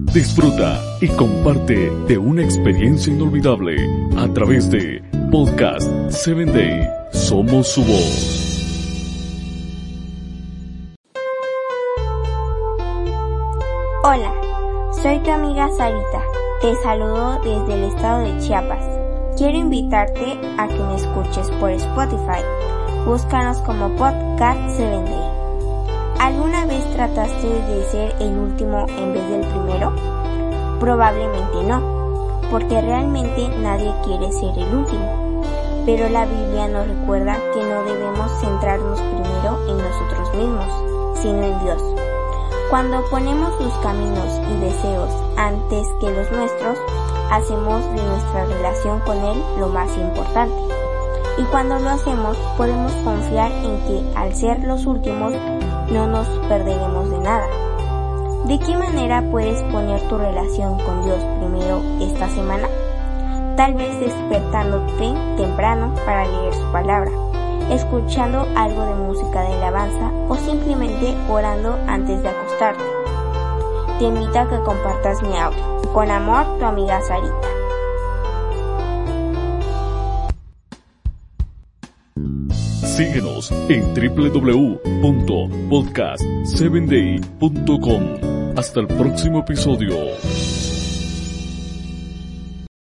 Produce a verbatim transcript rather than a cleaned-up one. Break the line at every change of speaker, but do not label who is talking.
Disfruta y comparte de una experiencia inolvidable a través de Podcast Seven Day. Somos su voz.
Hola, soy tu amiga Sarita. Te saludo desde el estado de Chiapas. Quiero invitarte a que me escuches por Spotify. Búscanos como Podcast Seven Day. ¿Alguna vez trataste de ser el último en vez del primero? Probablemente no, porque realmente nadie quiere ser el último. Pero la Biblia nos recuerda que no debemos centrarnos primero en nosotros mismos, sino en Dios. Cuando ponemos sus caminos y deseos antes que los nuestros, hacemos de nuestra relación con Él lo más importante. Y cuando lo hacemos, podemos confiar en que al ser los últimos, no nos perderemos de nada. ¿De qué manera puedes poner tu relación con Dios primero esta semana? Tal vez despertándote temprano para leer su palabra, escuchando algo de música de alabanza o simplemente orando antes de acostarte. Te invito a que compartas mi audio. Con amor, tu amiga Sarita.
Síguenos en doble u doble u doble u punto podcast seven day punto com. Hasta el próximo episodio.